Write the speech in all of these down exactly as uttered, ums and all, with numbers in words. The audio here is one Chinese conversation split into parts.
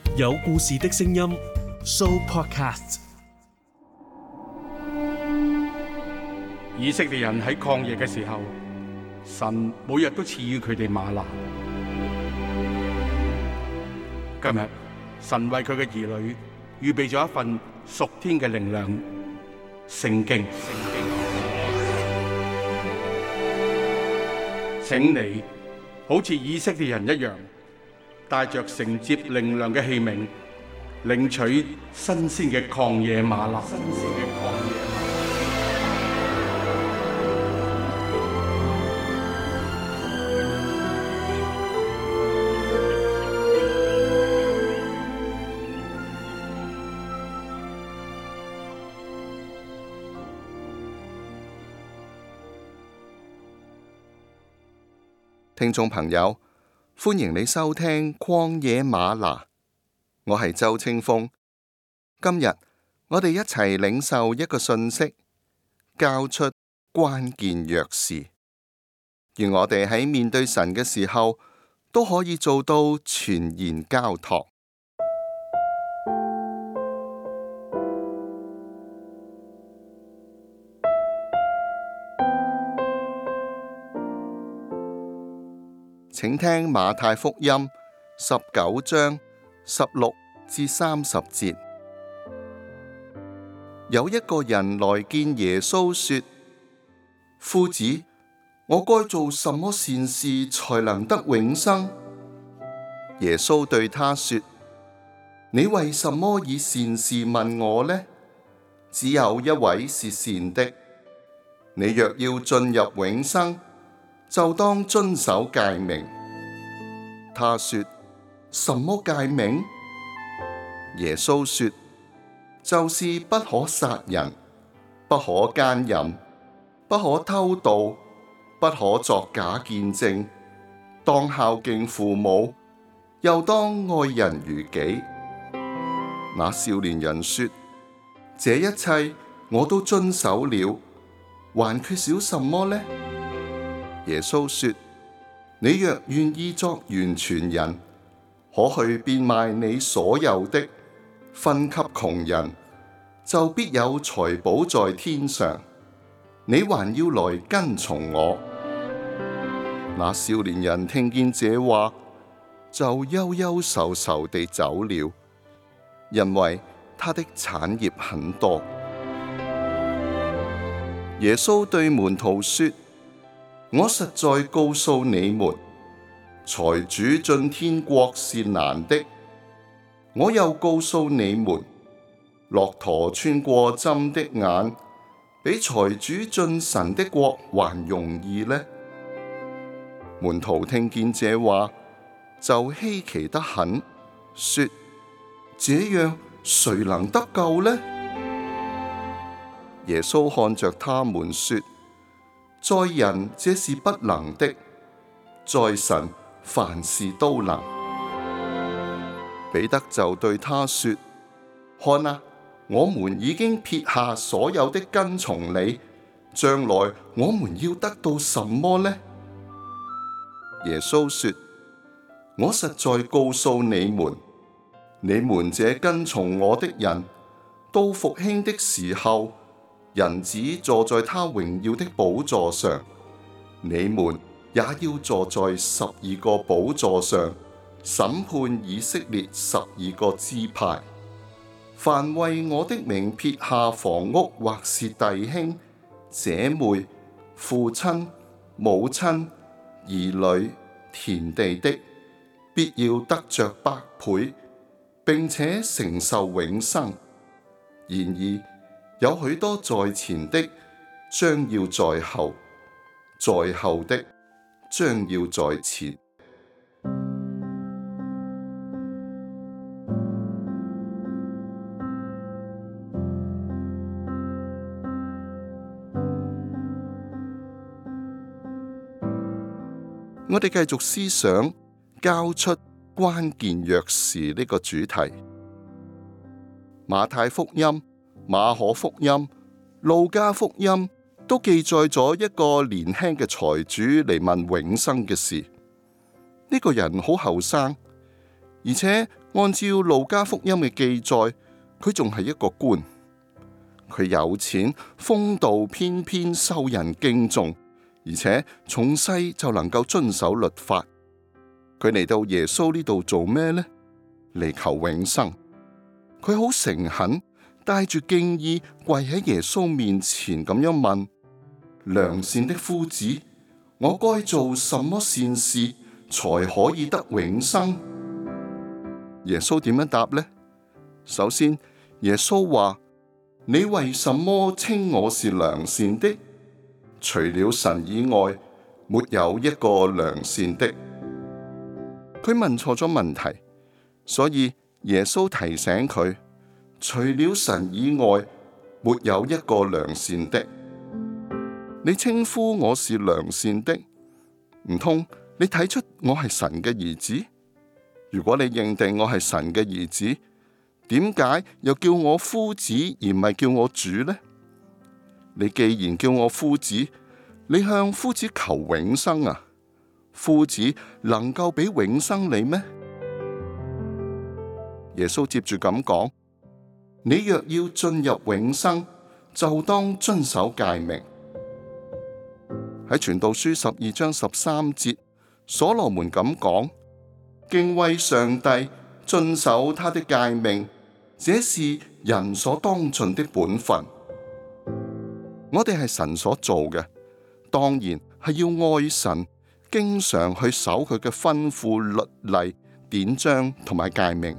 有故事的聲音 Show Podcast。 以色列人喺曠野嘅時候，神每日都賜予佢哋嗎哪。今日神為佢嘅兒女預備咗一份屬天嘅靈糧——聖經。請你好似以色列人一樣，帶着承接靈糧嘅器皿，領取新鮮嘅曠野嗎哪。 聽眾朋友，歡迎你收聽曠野嗎哪，我係周清風。今日我哋一齊領受一個訊息，交出關鍵鑰匙，願我哋喺面對神嘅時候都可以做到全然交託。請聽馬太福音十九章十六至三十節。有一個人來見耶穌說：夫子，我該做什麼善事才能得永生？耶穌對他說：你為什麼以善事問我呢？只有一位是善的。你若要進入永生，就當遵守誡命。他說：什麼誡命？耶穌說：就是不可殺人，不可奸淫，不可偷盜，不可作假見證，當孝敬父母，又當愛人如己。那少年人說：這一切我都遵守了，還缺少什麼呢？耶穌說：你若願意作完全人，可去變賣你所有的，分給窮人，就必有財寶在天上。你還要來跟從我。那少年人聽見這話，就憂憂愁愁地走了，因為他的產業很多。耶穌對門徒說：我實在告訴你們，財主進天國是難的。我又告訴你們，駱駝穿過針的眼，比財主進神的國還容易呢。門徒聽見這話，就稀奇得很，說：這樣誰能得救呢？耶穌看着他們說：在人這是不能的，在神凡事都能。彼得就對他說：看啊，我們已經撇下所有的跟從你，將來我們要得到什麼呢？耶穌說：我實在告訴你們，你們這跟從我的人，到復興的時候，人子坐在他榮耀的寶座上，你們也要坐在十二個寶座上，審判以色列十二個支派。凡為我的名撇下房屋或是弟兄、姐妹、父親、母親、兒女、田地的，必要得着百倍，並且承受永生。然而，有許多在前的，將要在後；在後的，將要在前。我哋繼續思想交出關鍵鑰匙呢個主題。馬太福音、馬可福音、路加福音都記載咗一個年輕嘅財主嚟問永生嘅事。呢個人好後生，而且按照路加福音嘅記載，佢仲係一個官。佢有錢，風度翩翩，受人敬重，而且從細就能夠遵守律法。佢嚟到耶穌呢度做咩呢？嚟求永生。佢好誠懇，帶住敬意跪喺耶穌面前咁樣問：良善的夫子，我該做什麼善事才可以得永生？耶穌點樣答呢？首先，耶穌話：你為什麼稱我是良善的？除了神以外，沒有一個良善的。佢問錯咗問題，所以耶穌提醒佢：除了神以外，沒有一個良善的。你稱呼我是良善的，唔通你睇出我係神嘅兒子？如果你認定我係神嘅兒子，點解又叫我夫子而唔係叫我主呢？你既然叫我夫子，你向夫子求永生啊？夫子能夠俾永生你咩？耶穌接住咁講：你若要進入永生，就當遵守誡命。喺傳道書十二章十三節，所羅門咁講：敬畏上帝，遵守他的誡命，這是人所當盡的本分。我哋係神所做嘅，當然係要愛神，經常去守佢嘅吩咐、律例、典章同埋誡命。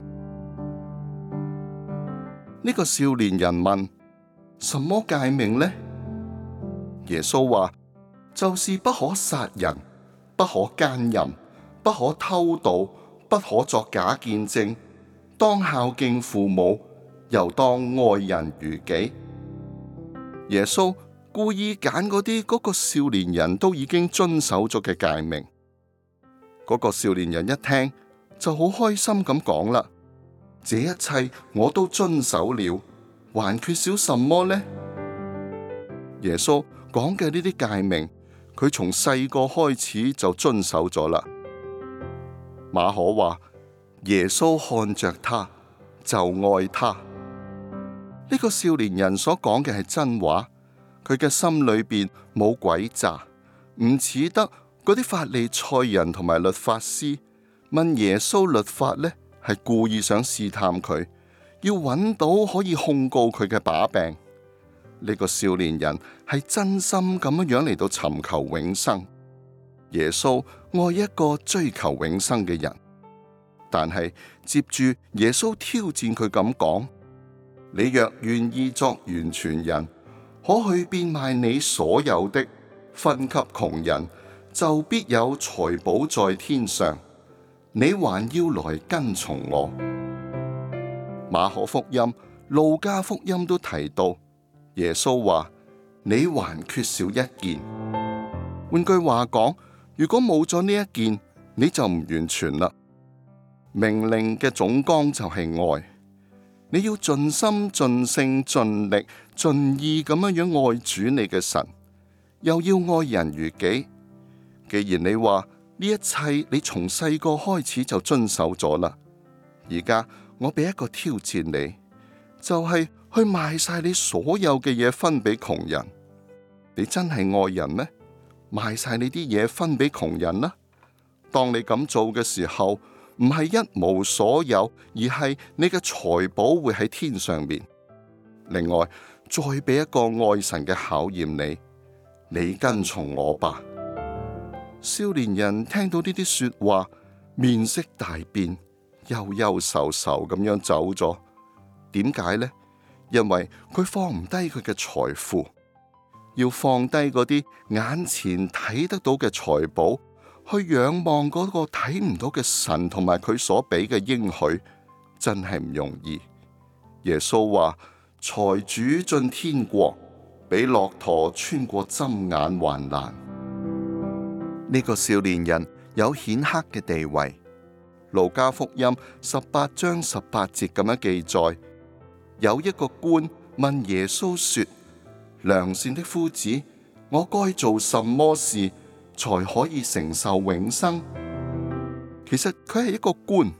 呢個少年人問：什麼誡命呢？耶穌話：就是不可殺人，不可奸淫，不可偷盜，不可作假見證，當孝敬父母，又當愛人如己。耶穌故意揀嗰啲嗰個少年人都已經遵守咗嘅誡命。嗰個少年人一聽就好開心咁講啦：這一切我都遵守了，還缺少什麼呢？耶穌講嘅呢啲誡命，佢從細個開始就遵守咗啦。馬可話：耶穌看着他，就愛他。呢個少年人所講嘅係真話，佢嘅心裏邊冇詭詐，唔似得嗰啲法利賽人同埋律法師問耶穌律法呢，係故意想試探佢，要揾到可以控告佢嘅把柄。呢個少年人係真心咁樣樣嚟到尋求永生。耶穌愛一個追求永生嘅人，但係接住耶穌挑戰佢咁講：你若願意作完全人，可去變賣你所有的，分給窮人，就必有財寶在天上。你還要來跟從我。馬可福音、路加福音都提到，耶穌話：你還缺少一件。換句話講，如果冇咗呢一件，你就唔完全啦。命令嘅總綱就係愛，你要盡心、盡性、盡力、盡意咁樣樣愛主你嘅神，又要愛人如己。既然你話呢一切你從細個開始就遵守咗啦，而家我俾一個挑戰你，就係去賣晒你所有嘅嘢分俾窮人。你真係愛人咩？賣晒你啲嘢分俾窮人啦。當你咁做嘅時候，唔係一無所有，而係你嘅財寶會喺天上面。另外，再俾一個愛神嘅考驗你，你跟從我吧。少年人聽到呢啲說話，面色大變，憂憂愁愁咁樣走咗。點解呢？因為佢放唔低佢嘅財富，要放低嗰啲眼前睇得到嘅財寶，去仰望嗰個睇唔到嘅神同埋佢所俾嘅應許，真係唔容易。耶穌話：財主進天國，比駱駝穿過針眼還難。呢個少年人有顯赫嘅地位。路加福音十八章十八節咁樣記載，有一個官問耶穌說：良善的夫子，我該做什麼事才可以承受永生？其實佢係一個官，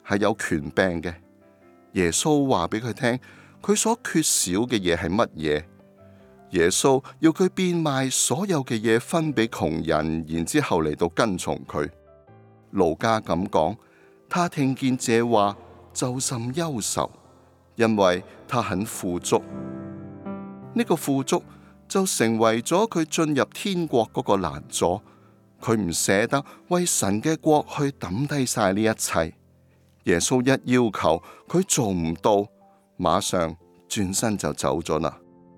係有權柄嘅。耶穌話俾佢聽，佢所缺少嘅嘢係乜嘢？耶穌要佢變賣所有嘅嘢分俾窮人，然之後嚟到跟從佢。路加咁講，他聽見這話就甚憂愁，因為他很富足。呢個富足就成為咗佢進入天國嗰個攔阻。佢唔捨得為神嘅國去抌低晒呢一切。耶穌一要求佢做唔到，馬上轉身就走咗啦。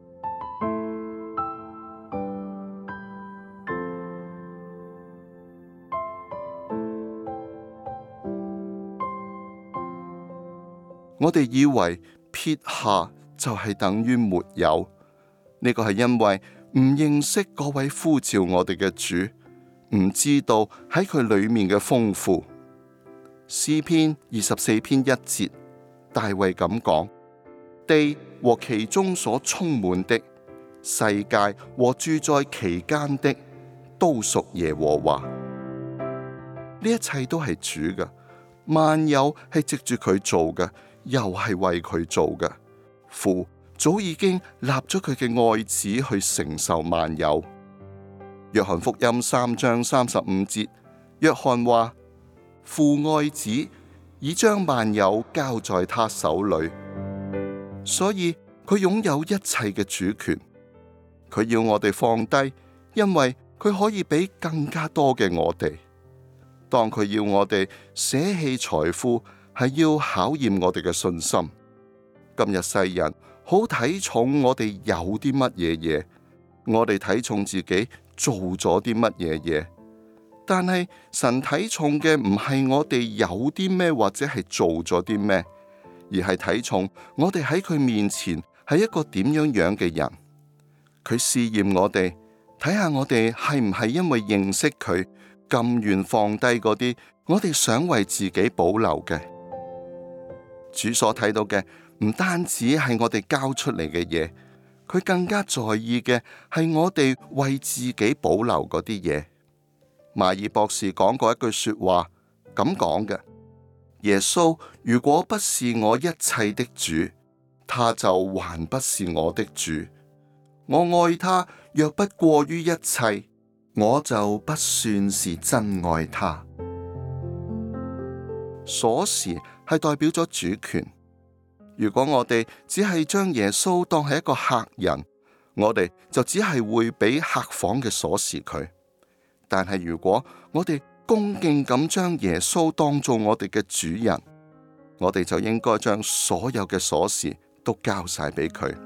我哋以為撇下就係等於沒有，呢個係因為唔認識嗰位呼召我哋嘅主，唔知道喺佢裏面嘅豐富。詩篇二十四篇一節，大衛咁講：地和其中所充滿的，世界和住在其間的，都屬耶和華。呢一切都係主嘅，萬有係藉住佢做嘅，又係為佢做嘅。父早已經立咗佢嘅愛子去承受萬有。約翰福音三章三十五節，約翰話：父愛子，已將萬有交在他手裏，所以佢擁有一切嘅主權。佢要我哋放低，因為佢可以俾更加多嘅我哋。當佢要我哋捨棄財富，係要考驗我哋嘅信心。今日世人好睇重我哋有啲乜嘢嘢，我哋睇重自己做咗啲乜嘢嘢，但係神睇重嘅唔係我哋有啲咩或者係做咗啲咩，而係睇重我哋喺佢面前係一個點樣樣嘅人。佢試驗我哋，睇下我哋係唔係因為認識佢，甘願放低嗰啲我哋想為自己保留嘅。主所睇到嘅唔單止係我哋交出嚟嘅嘢，佢更加在意嘅係我哋為自己保留嗰啲嘢。馬爾博士講過一句說話，咁講嘅：耶穌如果不是我一切的主，他就還不是我的主。我愛他若不過於一切，我就不算是真愛他。鎖匙係代表咗主權。如果我哋只係將耶穌當係一個客人，我哋就只係會俾客房嘅鎖匙佢。但係如果我哋恭敬咁將耶穌當做我哋嘅主人，我哋就應該將所有嘅鎖匙都交晒俾佢。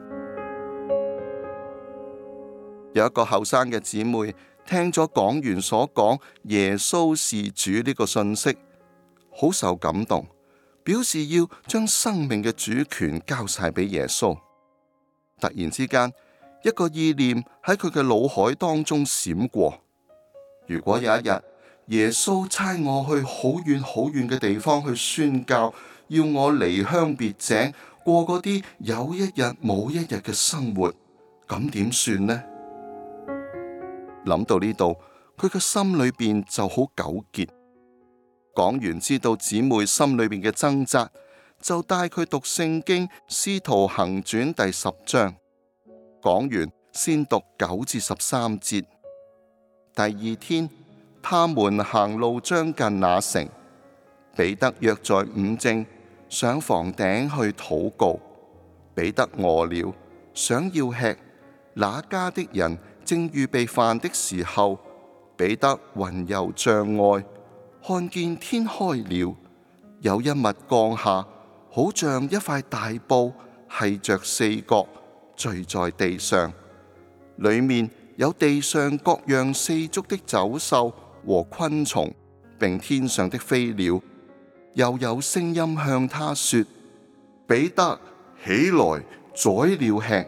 有一個後生嘅姊妹聽咗講員所講耶穌是主呢個信息，好受感動，表示要將生命嘅主權交晒俾耶穌。突然之間，一個意念喺佢嘅腦海當中閃過：如果有一日耶穌差我去好遠好遠嘅地方去宣教，要我離鄉別井，過嗰啲有一日冇一日嘅生活，咁點算呢？諗到呢度，佢嘅心裏邊就好糾結。講完知道姊妹心裏邊嘅掙扎，就帶佢讀聖經《使徒行傳》第十章。講完先讀九至十三節。第二天，他們行路將近那城，彼得約在午正上房頂去禱告。彼得餓了，想要吃，那家的人正預備飯的時候，彼得魂遊象外，看見天開了，有一物降下，好像一塊大布，繫着四角，墜在地上，裏面有地上各樣四足的走獸和昆蟲，並天上的飛鳥。又有聲音向他說：彼得，起來，宰了吃。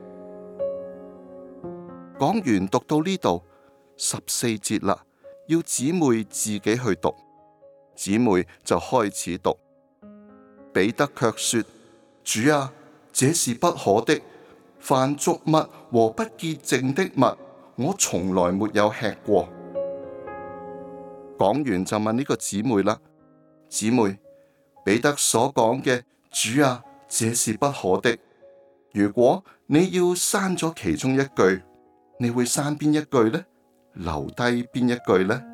講完讀到呢度十四節啦，要姊妹自己去讀。姊妹就開始讀。彼得卻說：主啊，這是不可的。凡俗物和不潔淨的物，我從來沒有吃過。講完就問呢個姊妹啦：姊妹， 彼得所講嘅主啊，這是不可的。如果你要刪咗其中一句，你會刪邊一句呢？留低邊一句呢？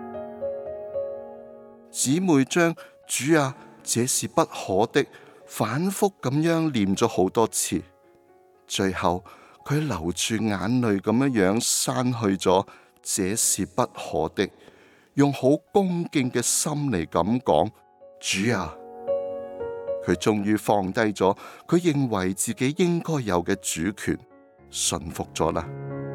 姊妹將主啊，這是不可的反覆咁樣念咗好多次，最後佢流住眼淚咁樣樣刪去咗這是不可的，用好恭敬嘅心嚟咁講主啊。佢終於放低咗佢認為自己應該有嘅主權，順服咗啦。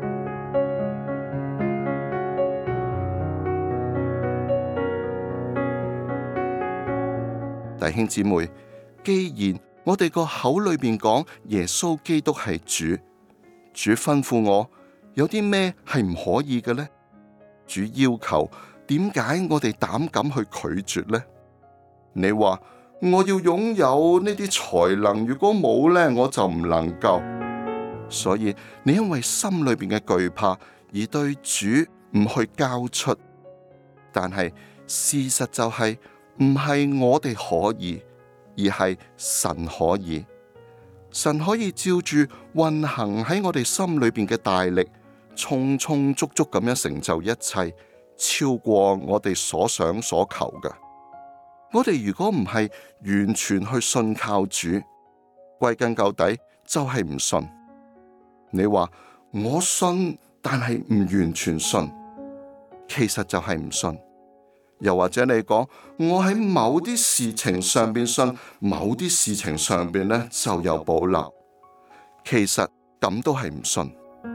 弟兄姊妹，既然我哋個口裏邊講耶穌基督係主，主吩咐我有啲咩係唔可以嘅呢？主要求，點解我哋膽敢去拒絕呢？你話我要擁有呢啲才能，如果冇呢，我就唔能夠。所以你因為心裏邊嘅懼怕而對主唔去交出，但係事實就係唔係我哋可以，而係神可以。神可以照住運行喺我哋心裏邊嘅大力，充充足足咁樣成就一切，超過我哋所想所求嘅。我哋如果唔係完全去信靠主，歸根究底就係唔信。你話我信，但係唔完全信，其實就係唔信。又或者你講我喺某啲事情上邊信，某啲事情上邊呢就有保留，其實咁都係唔信。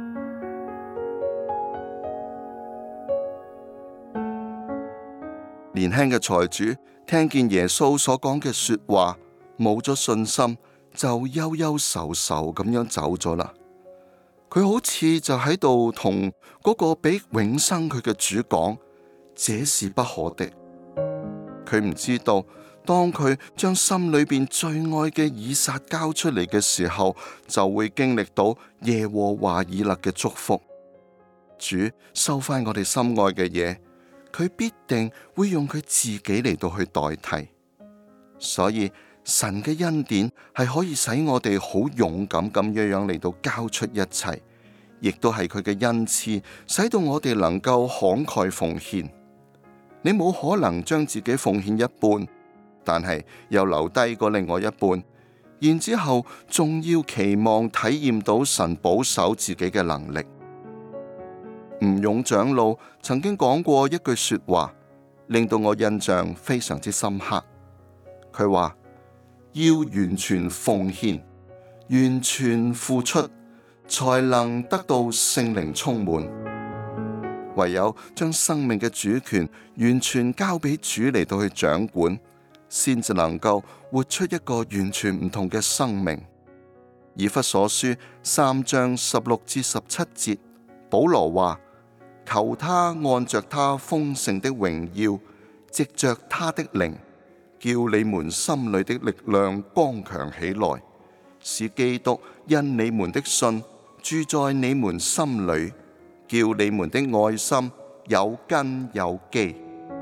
年輕嘅財主聽見耶穌所講嘅說話，冇咗信心，就憂憂愁愁咁樣走咗啦。佢好似就喺度同嗰個俾永生佢嘅主講，這是不可的。佢唔知道，當佢將心裏邊最愛嘅以撒交出嚟嘅時候，就會經歷到耶和華以勒嘅祝福。主收翻我哋心愛嘅嘢，佢必定會用佢自己嚟到去代替。所以神嘅恩典係可以使我哋好勇敢咁樣樣嚟到交出一切，亦都係佢嘅恩賜，使到我哋能夠慷慨奉獻。你冇可能將自己奉獻一半，但係又留低嗰另外一半，然之後仲要期望體驗到神保守自己嘅能力。吳勇長老曾經講過一句說話，令到我印象非常之深刻。佢話要完全奉獻，完全付出，才能得到聖靈充滿。唯有將生命嘅主權完全交俾主嚟到去掌管，先至能夠活出一個完全唔同嘅生命。以弗所書三章十六至十七節，保羅話：求他按着他豐盛的榮耀，藉着他的靈，叫你們心裏的力量剛強起來，使基督因你們的信住在你們心裏，叫你們的愛心有根有基。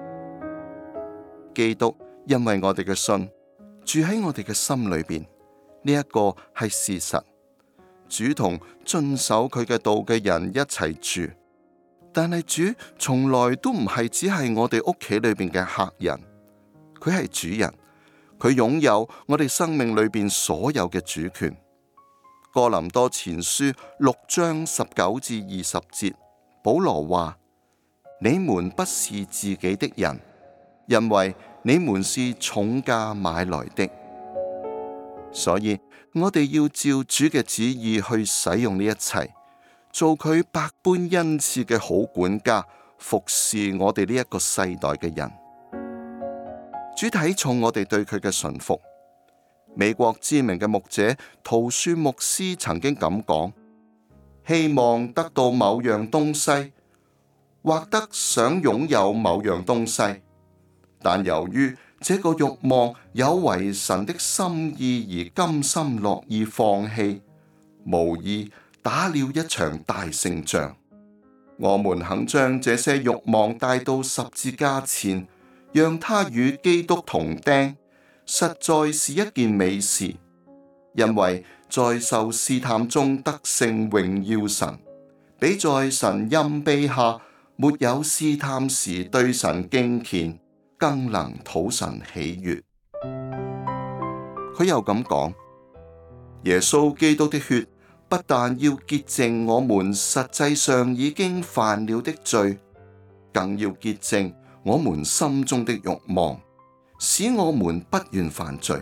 基督因為我哋嘅信住喺我哋嘅心裏邊，呢一個係事實。主同遵守佢嘅道嘅人一齊住，但係主從來都唔係只係我哋屋企裏邊嘅客人，佢係主人，佢擁有我哋生命裏邊所有嘅主權。哥林多前書六章十九至二十節，保羅話：你們不是自己的人，因為你們是重價買來的。所以我哋要照主嘅旨意去使用呢一切，做佢百般恩賜嘅好管家，服侍我哋呢一個世代嘅人。主睇重我哋對佢嘅順服。美國知名嘅牧者陶恕牧師曾經咁講：希望得到某樣東西，或得想擁有某樣東西，但由於這個慾望有違神的心意而甘心樂意放棄，無疑打了一場大勝仗。我們肯將這些慾望帶到十字架前，讓他與基督同釘， 實在是一件美事，因為在受試探中得勝榮耀神，比在神蔭庇下沒有試探時對神敬虔更能討神喜悅。佢又咁講，耶穌基督的血不但要潔淨我們實際上已經犯了的罪，更要潔淨我們心中的慾望，使我們不願犯罪。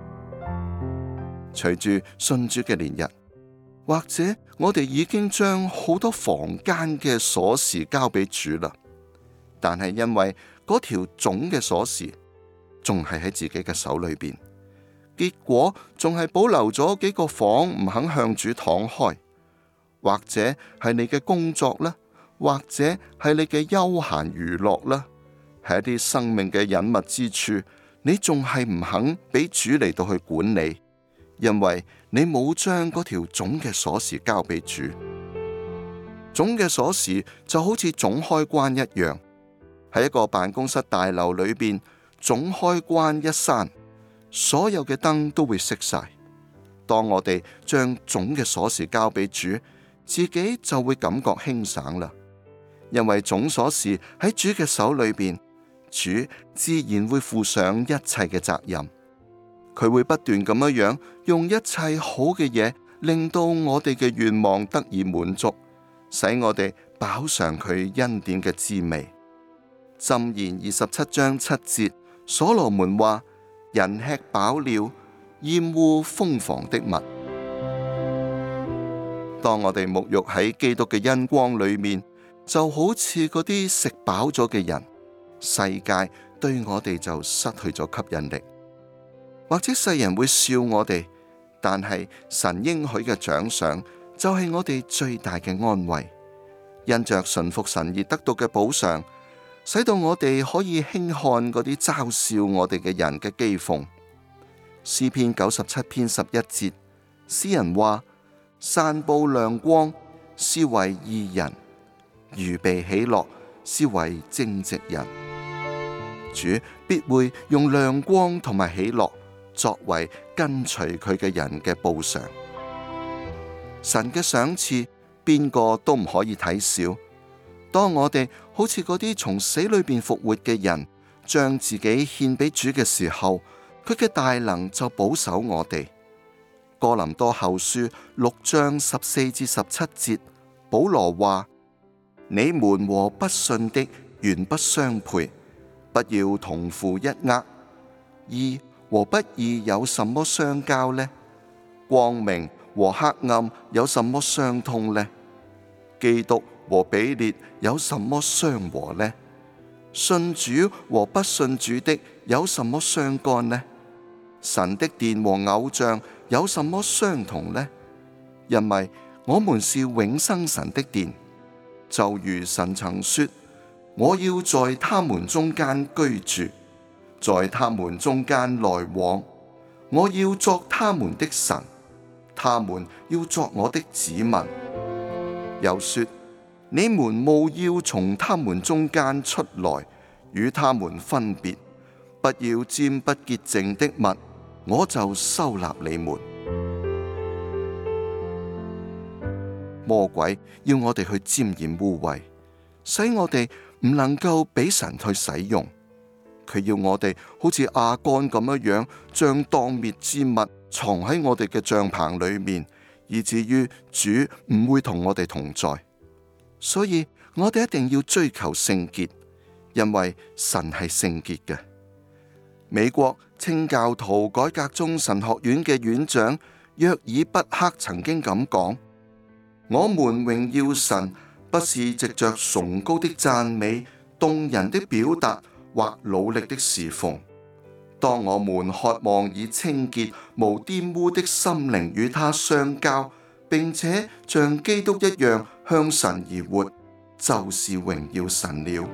隨住信主嘅年日，或者我哋已經將好多房間嘅鎖匙交俾主啦，但係因為嗰條總嘅鎖匙仲係喺自己嘅手裏邊，結果仲係保留咗幾個房唔肯向主敞開，或者係你嘅工作啦，或者係你嘅休閒娛樂啦，係一啲生命嘅隱密之處，你仲係唔肯俾主嚟到去管理，因為你冇將嗰條總嘅鎖匙交俾主。總嘅鎖匙就好似總開關一樣，喺一個辦公室大樓裏邊，總開關一閂，所有嘅燈都會熄晒。當我哋將總嘅鎖匙交俾主，自己就會感覺輕省啦，因為總鎖匙喺主嘅手裏邊，主自然會負上一切嘅責任。佢會不斷咁樣樣用一切好嘅嘢，令到我哋嘅願望得以滿足，使我哋飽嘗佢恩典嘅滋味。箴言二十七章七節，所羅門話：人吃飽了，厭惡蜂房的蜜。當我哋沐浴喺基督嘅恩光裏面，就好似嗰啲食飽咗嘅人，世界對我哋就失去咗吸引力。或者世人會笑我哋，但係神應許嘅獎賞就係我哋最大嘅安慰，因着順服神而得到嘅補償，使到我哋可以輕看嗰啲嘲笑我哋嘅人嘅譏諷。詩篇九十七篇十一節，詩人話：散布亮光是為義人，預備喜樂是為正直人。主必會用亮光同埋喜樂作為跟隨佢嘅人嘅報償。神嘅賞賜邊個都唔可以睇小。當我哋好似嗰啲從死裏邊復活嘅人，將自己獻俾主嘅時候，佢嘅大能就保守我哋。哥林多後書六章十四至十七節，保羅話：你們和不信的原不相配，不要同負一軛。義和不義有什麼相交呢？光明和黑暗有什麼相通呢？基督和比列有什麼相和呢？信主和不信主的有什麼相干呢？神的殿和偶像有什麼相同呢？因為我們是永生神的殿，就如神曾說：我要在他們中間居住，在他們中間來往，我要作他們的神，他們要作我的子民。又說：你們務要從他們中間出來，與他們分別，不要沾不潔淨的物，我就收納你們。魔鬼要我哋去沾染污穢，使我哋唔能夠俾神去使用。佢要我哋好似亞干咁樣樣，將當滅之物藏喺我哋嘅帳棚裏面，以至於主唔會同我哋同在。所以我哋一定要追求聖潔，因為神係聖潔嘅。美國清教徒改革宗神學院嘅院長約爾畢克曾經咁講：我們榮耀神，不是藉着崇高的讚美、動人的表達或努力的侍奉。當我們渴望以清潔無玷污的心靈與他相交，並且像基督一樣向神而活，就是榮耀神了。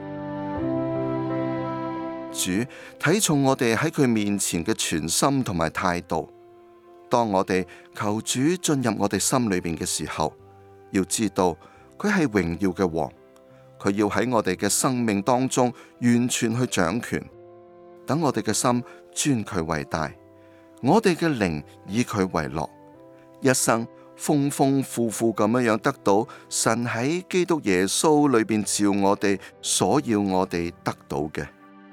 主睇重我哋喺佢面前嘅全心同埋態度。當我哋求主進入我哋心裏邊嘅時候，要知道佢係榮耀嘅王，佢要喺我哋嘅生命當中完全去掌權。等我哋嘅心尊佢為大，我哋嘅靈以佢為樂，一生豐豐富富咁樣樣得到神喺基督耶穌裏邊召我哋所要我哋得到嘅。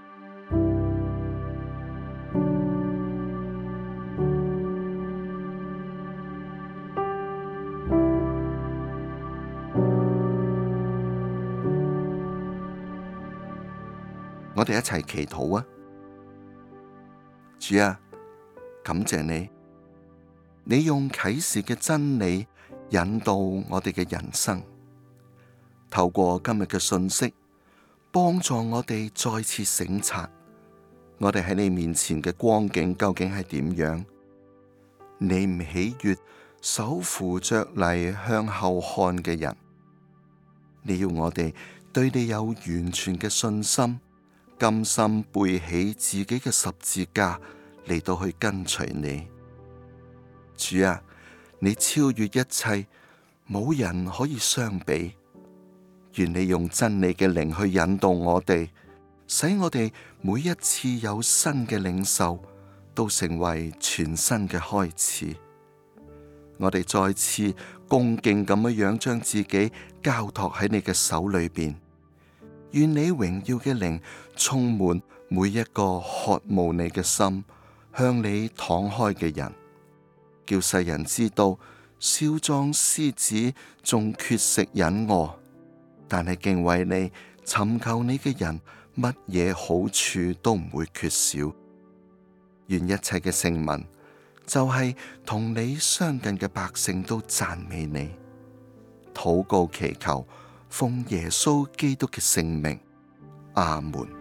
我哋一齊祈禱啊！主啊，感謝你，你用啟示嘅真理引導我哋嘅人生，透過今日嘅信息，幫助我哋再次省察我哋喺你面前嘅光景究竟係點樣。你唔喜悅手扶着犁向後看嘅人，你要我哋對你有完全嘅信心，甘心背起自己嘅十字架嚟到去跟隨你。主啊，你超越一切，冇人可以相比。願你用真理嘅靈去引導我哋，使我哋每一次有新嘅領受，都成為全新嘅開始。我哋再次恭敬咁樣樣將自己交託喺你嘅手裏邊。願你榮耀嘅靈充滿每一個渴慕你嘅心，向你敞開嘅人，叫世人知道少壯獅子仲缺食忍餓，但係敬畏你、尋求你嘅人，乜嘢好處都唔會缺少。願一切嘅聖民，就係同你相近嘅百姓都讚美你。禱告祈求，奉耶穌基督嘅聖名，阿門。